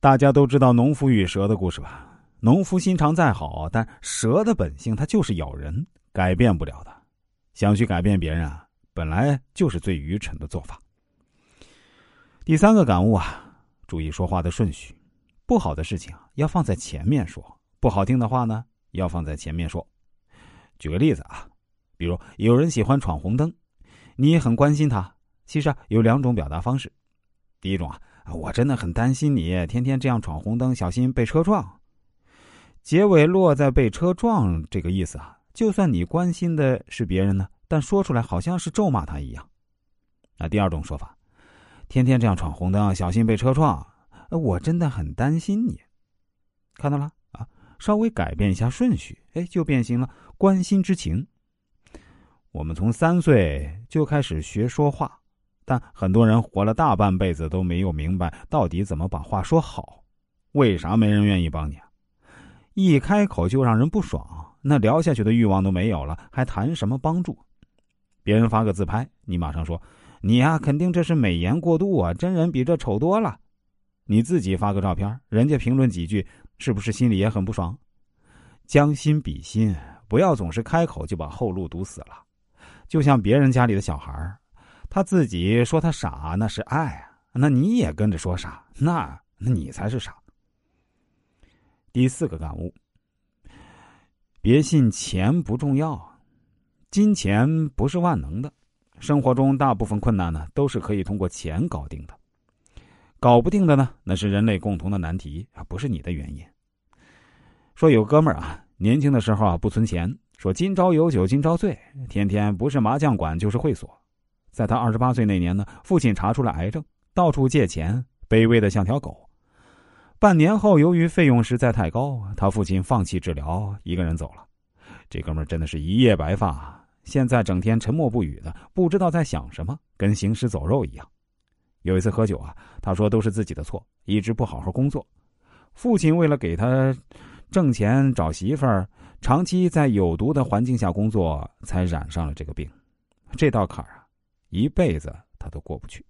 大家都知道农夫与蛇的故事吧？农夫心肠再好，但蛇的本性它就是咬人，改变不了的。想去改变别人啊，本来就是最愚蠢的做法。第三个感悟啊，注意说话的顺序。不好的事情啊，要放在前面说；不好听的话呢，要放在前面说。举个例子啊，比如有人喜欢闯红灯，你很关心他，其实有两种表达方式。第一种啊，我真的很担心你天天这样闯红灯，小心被车撞。结尾落在被车撞这个意思啊，就算你关心的是别人呢，但说出来好像是咒骂他一样。那第二种说法，天天这样闯红灯，小心被车撞，我真的很担心你。看到了啊，稍微改变一下顺序，就变形了关心之情。我们从3岁就开始学说话，但很多人活了大半辈子都没有明白到底怎么把话说好。为啥没人愿意帮你啊？一开口就让人不爽，那聊下去的欲望都没有了，还谈什么帮助？别人发个自拍，你马上说你啊，肯定这是美颜过度啊，真人比这丑多了。你自己发个照片，人家评论几句，是不是心里也很不爽？将心比心，不要总是开口就把后路堵死了。就像别人家里的小孩，他自己说他傻，那是爱啊，那你也跟着说傻，那你才是傻。第4个感悟，别信钱不重要，金钱不是万能的，生活中大部分困难呢，都是可以通过钱搞定的。搞不定的呢，那是人类共同的难题，不是你的原因。说有哥们儿啊，年轻的时候啊不存钱，说今朝有酒今朝醉，天天不是麻将馆就是会所。在他28岁那年呢，父亲查出了癌症，到处借钱，卑微的像条狗。半年后，由于费用实在太高，他父亲放弃治疗，一个人走了。这哥们儿真的是一夜白发，现在整天沉默不语的，不知道在想什么，跟行尸走肉一样。有一次喝酒啊，他说都是自己的错，一直不好好工作。父亲为了给他挣钱找媳妇儿，长期在有毒的环境下工作，才染上了这个病。这道坎儿啊，一辈子他都过不去。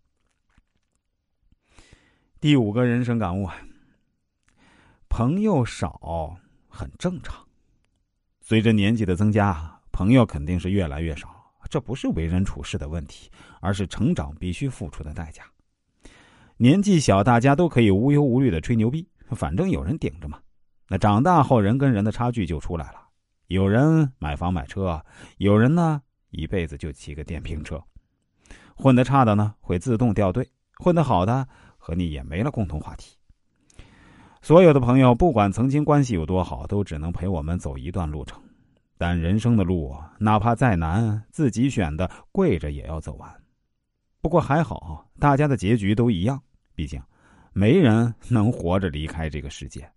第5个人生感悟啊，朋友少很正常。随着年纪的增加，朋友肯定是越来越少，这不是为人处事的问题，而是成长必须付出的代价。年纪小，大家都可以无忧无虑的吹牛逼，反正有人顶着嘛。那长大后，人跟人的差距就出来了。有人买房买车，有人呢一辈子就骑个电瓶车。混得差的呢会自动掉队，混得好的和你也没了共同话题。所有的朋友，不管曾经关系有多好，都只能陪我们走一段路程。但人生的路哪怕再难，自己选的，跪着也要走完。不过还好，大家的结局都一样，毕竟没人能活着离开这个世界。